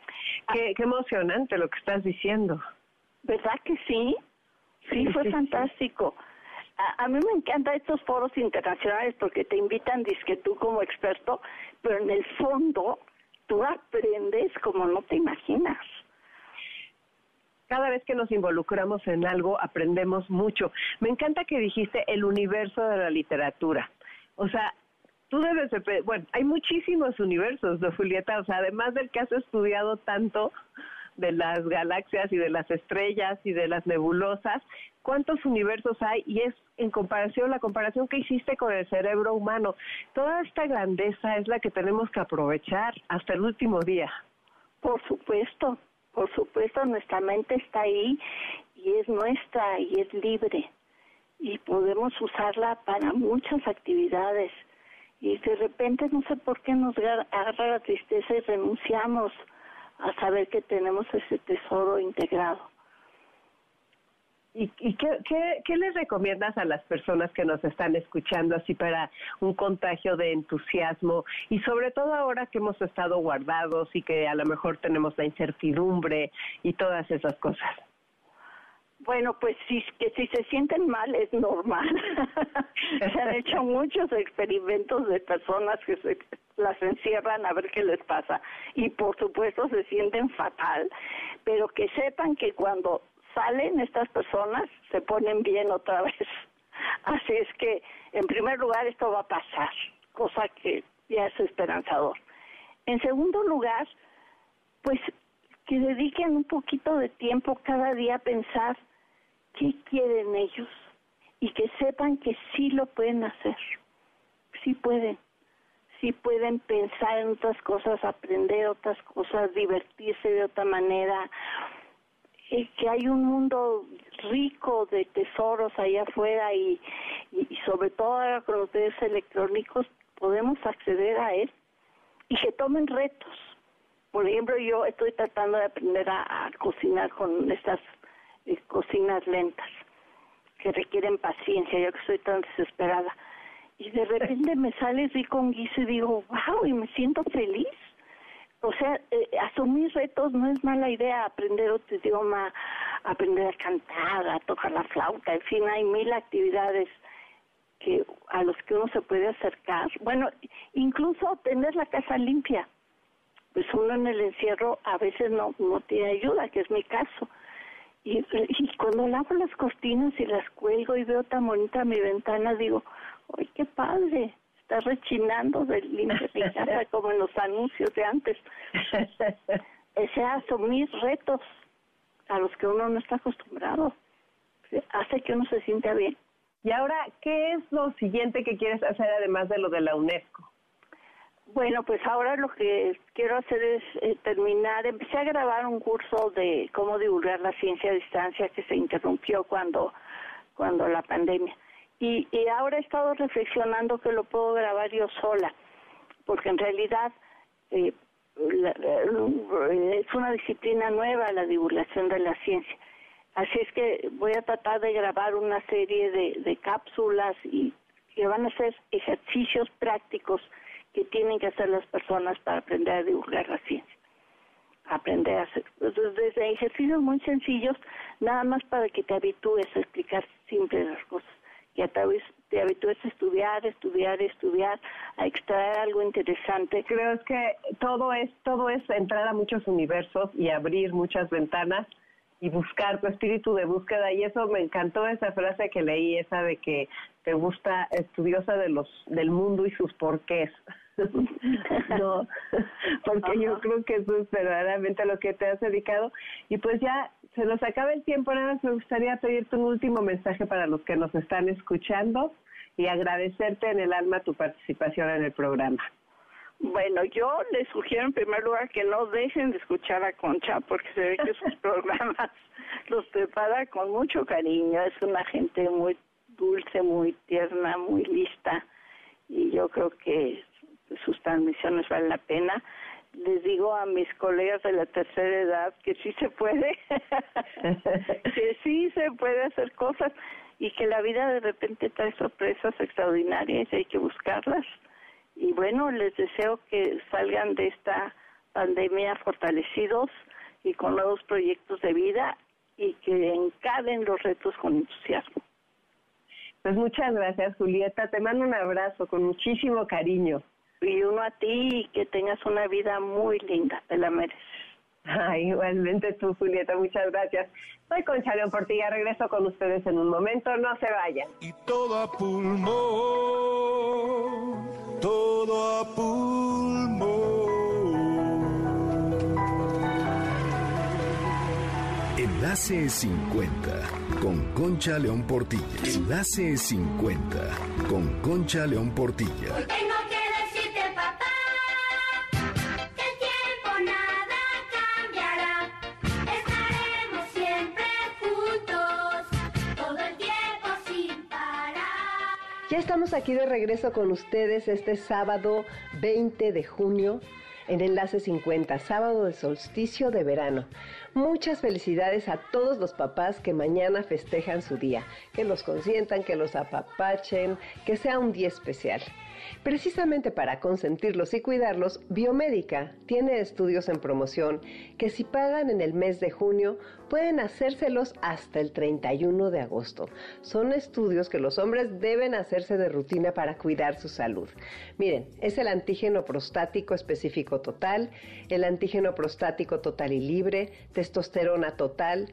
Qué emocionante lo que estás diciendo. ¿Verdad que sí? Sí, fue fantástico. A mí me encantan estos foros internacionales porque te invitan, dizque tú como experto, pero en el fondo tú aprendes como no te imaginas. Cada vez que nos involucramos en algo, aprendemos mucho. Me encanta que dijiste el universo de la literatura. O sea, tú debes de... Bueno, hay muchísimos universos, ¿no, Julieta? O sea, además del que has estudiado tanto de las galaxias y de las estrellas y de las nebulosas, ¿cuántos universos hay? Y es en comparación, la comparación que hiciste con el cerebro humano. Toda esta grandeza es la que tenemos que aprovechar hasta el último día. Por supuesto, nuestra mente está ahí y es nuestra y es libre. Y podemos usarla para muchas actividades. Y de repente no sé por qué nos agarra la tristeza y renunciamos a saber que tenemos ese tesoro integrado. ¿Y qué les recomiendas a las personas que nos están escuchando así para un contagio de entusiasmo? Y sobre todo ahora que hemos estado guardados y que a lo mejor tenemos la incertidumbre y todas esas cosas. Bueno, pues si se sienten mal es normal. Se han hecho muchos experimentos de personas que se las encierran a ver qué les pasa y por supuesto se sienten fatal, pero que sepan que cuando salen estas personas se ponen bien otra vez. Así es que en primer lugar esto va a pasar, cosa que ya es esperanzador. En segundo lugar, pues que dediquen un poquito de tiempo cada día a pensar qué quieren ellos y que sepan que sí lo pueden hacer, sí pueden pensar en otras cosas, aprender otras cosas, divertirse de otra manera, que hay un mundo rico de tesoros allá afuera y sobre todo ahora con los medios electrónicos podemos acceder a él y que tomen retos. Por ejemplo, yo estoy tratando de aprender a cocinar con estas cocinas lentas que requieren paciencia, yo que estoy tan desesperada. Y de repente me sale rico un guiso y digo, wow, y me siento feliz. O sea, asumir retos no es mala idea, aprender otro idioma, aprender a cantar, a tocar la flauta, en fin, hay 1000 actividades a los que uno se puede acercar. Bueno, incluso tener la casa limpia. Pues uno en el encierro a veces no tiene ayuda, que es mi caso. Y cuando lavo las cortinas y las cuelgo y veo tan bonita mi ventana, digo, ¡ay, qué padre! Está rechinando de limpia mi casa como en los anuncios de antes. Ese asumir retos a los que uno no está acostumbrado hace que uno se sienta bien. Y ahora, ¿qué es lo siguiente que quieres hacer además de lo de la UNESCO? Bueno, pues ahora lo que quiero hacer es empecé a grabar un curso de cómo divulgar la ciencia a distancia que se interrumpió cuando la pandemia. Y ahora he estado reflexionando que lo puedo grabar yo sola, porque en realidad es una disciplina nueva la divulgación de la ciencia. Así es que voy a tratar de grabar una serie de cápsulas y que van a ser ejercicios prácticos que tienen que hacer las personas para aprender a divulgar la ciencia. Aprender a hacer, desde ejercicios muy sencillos, nada más para que te habitúes a explicar siempre las cosas, que te habitúes a estudiar, a extraer algo interesante. Creo que todo es entrar a muchos universos y abrir muchas ventanas y buscar tu espíritu de búsqueda, y eso me encantó esa frase que leí, esa de que te gusta estudiosa del mundo y sus porqués. No, porque yo creo que eso es verdaderamente lo que te has dedicado. Y pues ya se nos acaba el tiempo, nada más me gustaría pedirte un último mensaje para los que nos están escuchando y agradecerte en el alma tu participación en el programa. Bueno, yo les sugiero en primer lugar que no dejen de escuchar a Concha, porque se ve que sus programas los prepara con mucho cariño. Es una gente muy dulce, muy tierna, muy lista, y yo creo que sus transmisiones valen la pena. Les digo a mis colegas de la tercera edad que sí se puede, que sí se puede hacer cosas y que la vida de repente trae sorpresas extraordinarias y hay que buscarlas. Y bueno, les deseo que salgan de esta pandemia fortalecidos, y con nuevos proyectos de vida y que encaren los retos con entusiasmo. Pues muchas gracias, Julieta. Te mando un abrazo con muchísimo cariño. Y uno a ti, y que tengas una vida muy linda, te la mereces. Igualmente tú, Julieta, muchas gracias. Soy Concha León Portilla, regreso con ustedes en un momento, no se vayan. Y todo a pulmón, todo a pulmón. Enlace 50 con Concha León Portilla. Enlace 50 con Concha León Portilla. Tengo que decirte, papá, que el tiempo nada cambiará. Estaremos siempre juntos, todo el tiempo sin parar. Ya estamos aquí de regreso con ustedes este sábado 20 de junio en Enlace 50, sábado de solsticio de verano. Muchas felicidades a todos los papás que mañana festejan su día, que los consientan, que los apapachen, que sea un día especial. Precisamente para consentirlos y cuidarlos, Biomédica tiene estudios en promoción que si pagan en el mes de junio pueden hacérselos hasta el 31 de agosto. Son estudios que los hombres deben hacerse de rutina para cuidar su salud. Miren, es el antígeno prostático específico total, el antígeno prostático total y libre, testosterona total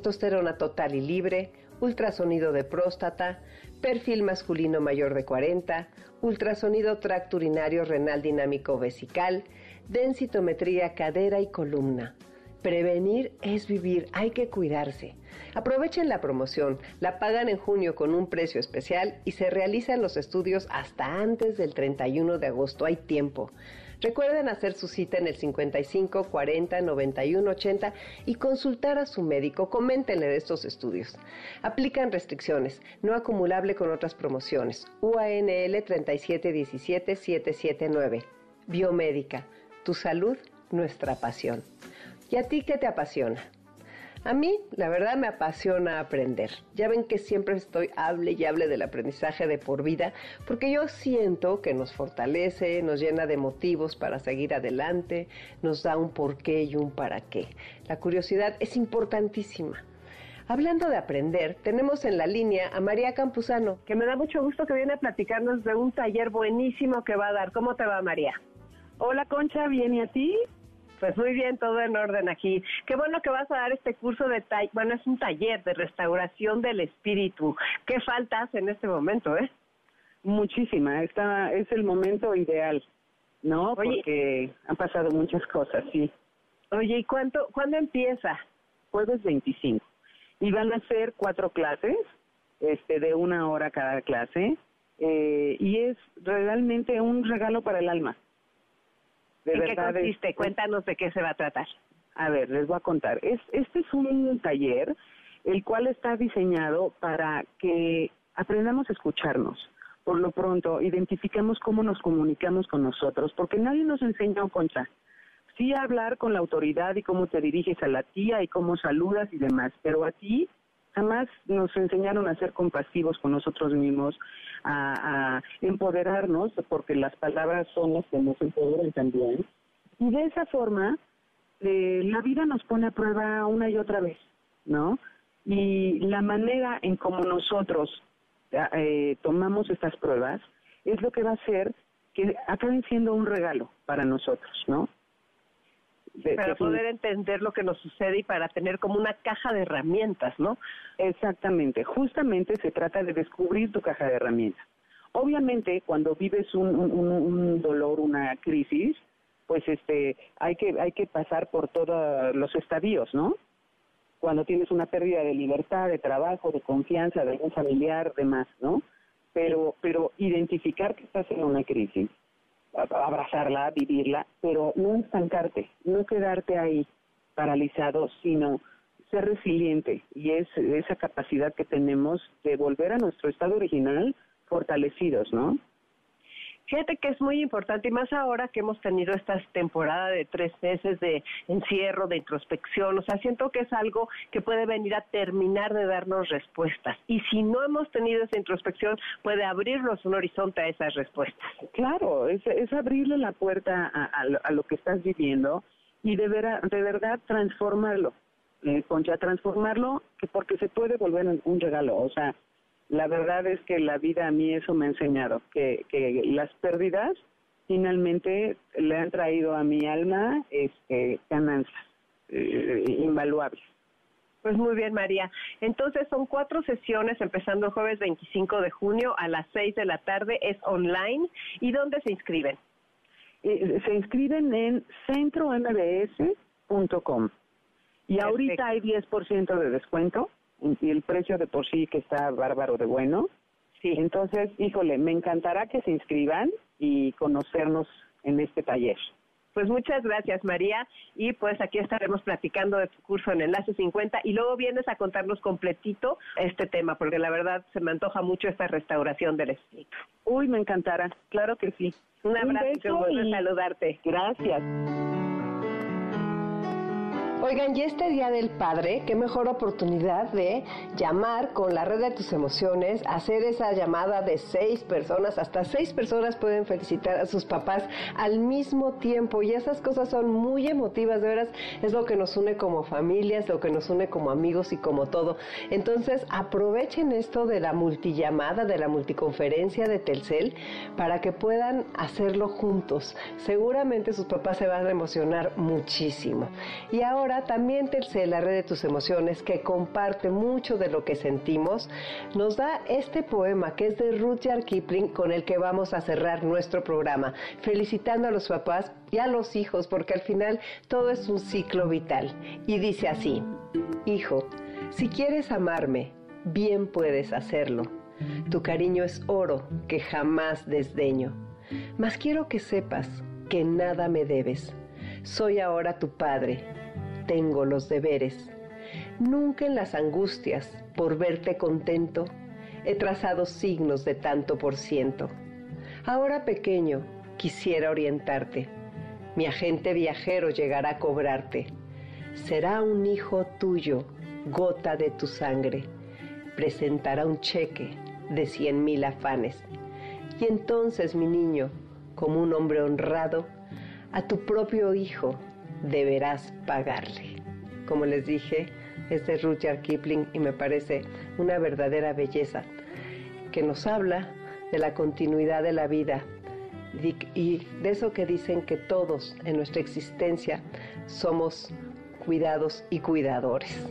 y libre, ultrasonido de próstata, perfil masculino mayor de 40, ultrasonido tracto urinario renal dinámico vesical, densitometría cadera y columna. Prevenir es vivir, hay que cuidarse. Aprovechen la promoción, la pagan en junio con un precio especial y se realizan los estudios hasta antes del 31 de agosto, hay tiempo. Recuerden hacer su cita en el 55 40 91 80 y consultar a su médico. Coméntenle de estos estudios. Aplican restricciones, no acumulable con otras promociones. UANL 3717779. Biomédica, tu salud, nuestra pasión. ¿Y a ti qué te apasiona? A mí, la verdad, me apasiona aprender. Ya ven que siempre estoy hable y hable del aprendizaje de por vida, porque yo siento que nos fortalece, nos llena de motivos para seguir adelante, nos da un porqué y un para qué. La curiosidad es importantísima. Hablando de aprender, tenemos en la línea a María Campuzano, Que me da mucho gusto que viene a platicarnos de un taller buenísimo que va a dar. ¿Cómo te va, María? Hola, Concha, ¿bien y a ti? Pues muy bien, todo en orden aquí. Qué bueno que vas a dar este curso de es un taller de restauración del espíritu. ¿Qué faltas en este momento, Muchísima, es el momento ideal, ¿no? Oye, porque han pasado muchas cosas, sí. Oye, ¿y cuándo empieza? Jueves 25. Y van a ser 4 clases, de 1 hora cada clase, y es realmente un regalo para el alma. ¿En qué consiste? Cuéntanos de qué se va a tratar. A ver, les voy a contar. Este es un taller el cual está diseñado para que aprendamos a escucharnos. Por lo pronto, identifiquemos cómo nos comunicamos con nosotros, porque nadie nos enseñó, Concha. Sí, a hablar con la autoridad y cómo te diriges a la tía y cómo saludas y demás, pero a ti jamás nos enseñaron a ser compasivos con nosotros mismos, a empoderarnos, porque las palabras son las que nos empoderan también. Y de esa forma, la vida nos pone a prueba una y otra vez, ¿no? Y la manera en cómo nosotros tomamos estas pruebas es lo que va a hacer que acaben siendo un regalo para nosotros, ¿no? Para poder entender lo que nos sucede y para tener como una caja de herramientas, ¿no? Exactamente. Justamente se trata de descubrir tu caja de herramientas. Obviamente, cuando vives un dolor, una crisis, pues hay que pasar por todos los estadios, ¿no? Cuando tienes una pérdida de libertad, de trabajo, de confianza, de algún familiar, demás, ¿no? Pero identificar que estás en una crisis, abrazarla, vivirla, pero no estancarte, no quedarte ahí paralizado, sino ser resiliente, y es esa capacidad que tenemos de volver a nuestro estado original fortalecidos, ¿no? Fíjate que es muy importante, y más ahora que hemos tenido esta temporada de 3 meses de encierro, de introspección. O sea, siento que es algo que puede venir a terminar de darnos respuestas. Y si no hemos tenido esa introspección, puede abrirnos un horizonte a esas respuestas. Claro, es abrirle la puerta a lo que estás viviendo y de verdad transformarlo, Concha, transformarlo, porque se puede volver un regalo. O sea, la verdad es que la vida a mí eso me ha enseñado, que las pérdidas finalmente le han traído a mi alma ganancias invaluables. Pues muy bien, María. Entonces son 4 sesiones empezando el jueves 25 de junio a las 6 de la tarde. Es online. ¿Y dónde se inscriben? Se inscriben en centrombs.com. Y Perfecto. ahorita hay 10% de descuento y el precio de por sí que está bárbaro de bueno. Sí. Entonces, híjole, me encantará que se inscriban y conocernos en este taller. Pues muchas gracias, María, y pues aquí estaremos platicando de tu curso en Enlace 50 y luego vienes a contarnos completito este tema, porque la verdad se me antoja mucho esta restauración del espíritu. Uy, me encantará, claro que sí. Un abrazo, beso qué bueno y saludarte. Gracias. Oigan, y este Día del Padre, qué mejor oportunidad de llamar con la red de tus emociones, hacer esa llamada de 6 personas, hasta 6 personas pueden felicitar a sus papás al mismo tiempo, y esas cosas son muy emotivas, de veras, es lo que nos une como familia, es lo que nos une como amigos y como todo. Entonces, aprovechen esto de la multillamada, de la multiconferencia de Telcel, para que puedan hacerlo juntos. Seguramente sus papás se van a emocionar muchísimo. Y ahora también Telcel, la red de tus emociones, que comparte mucho de lo que sentimos, nos da este poema que es de Rudyard Kipling, con el que vamos a cerrar nuestro programa, felicitando a los papás y a los hijos, porque al final todo es un ciclo vital. Y dice así: hijo, si quieres amarme, bien puedes hacerlo. Tu cariño es oro que jamás desdeño. Mas quiero que sepas que nada me debes. Soy ahora tu padre. Tengo los deberes. Nunca en las angustias, por verte contento, he trazado signos de tanto por ciento. Ahora pequeño, quisiera orientarte. Mi agente viajero llegará a cobrarte. Será un hijo tuyo, gota de tu sangre. Presentará un cheque de 100,000 afanes. Y entonces, mi niño, como un hombre honrado, a tu propio hijo deberás pagarle. Como les dije, es de Rudyard Kipling y me parece una verdadera belleza, que nos habla de la continuidad de la vida y de eso que dicen que todos en nuestra existencia somos cuidados y cuidadores.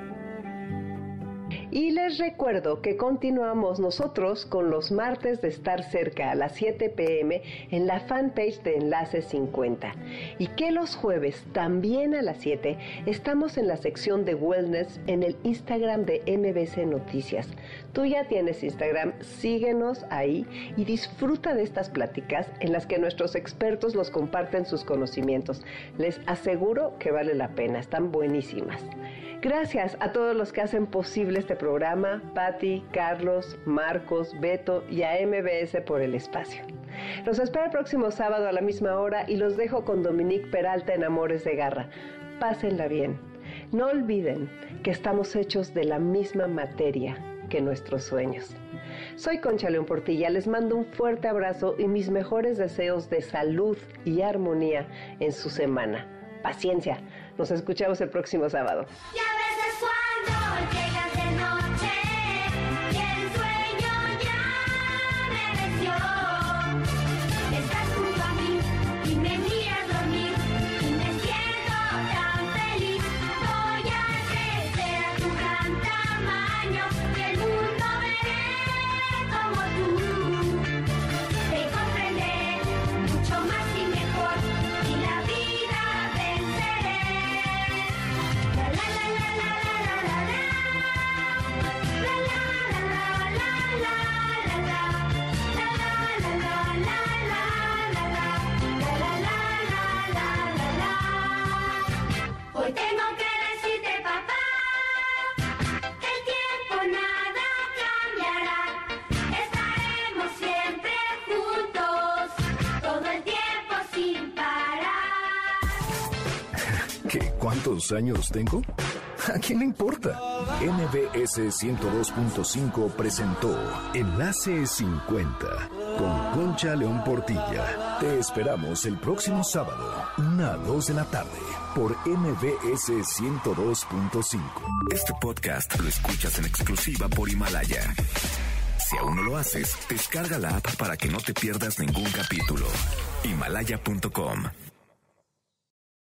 Y les recuerdo que continuamos nosotros con los martes de Estar Cerca a las 7 p.m. en la fanpage de Enlace 50. Y que los jueves, también a las 7, estamos en la sección de Wellness en el Instagram de MBC Noticias. Tú ya tienes Instagram, síguenos ahí y disfruta de estas pláticas en las que nuestros expertos nos comparten sus conocimientos. Les aseguro que vale la pena, están buenísimas. Gracias a todos los que hacen posible este programa, Patti, Carlos, Marcos, Beto y a MBS por el espacio. Los espero el próximo sábado a la misma hora y los dejo con Dominique Peralta en Amores de Garra. Pásenla bien. No olviden que estamos hechos de la misma materia que nuestros sueños. Soy Concha León Portilla, les mando un fuerte abrazo y mis mejores deseos de salud y armonía en su semana. Paciencia, nos escuchamos el próximo sábado. Y a veces cuando llegas de noche y el sueño ya me venció, estás junto a mí y me miras dormir y me siento tan feliz. Voy a crecer a tu gran tamaño y el mundo veré como tú. Te comprenderé mucho más y mejor y la vida venceré. La la la la la la la la. La la la la la la la. La la la la la la la. La la la la la la. Hoy tengo que decirte, papá, que el tiempo nada cambiará. Estaremos siempre juntos, todo el tiempo sin parar. ¿Qué? ¿Cuántos años tengo? ¿A quién le importa? MBS 102.5 presentó Enlace 50 con Concha León Portilla. Te esperamos el próximo sábado, 1 a 2 de la tarde, por MBS 102.5. Este podcast lo escuchas en exclusiva por Himalaya. Si aún no lo haces, descarga la app para que no te pierdas ningún capítulo. Himalaya.com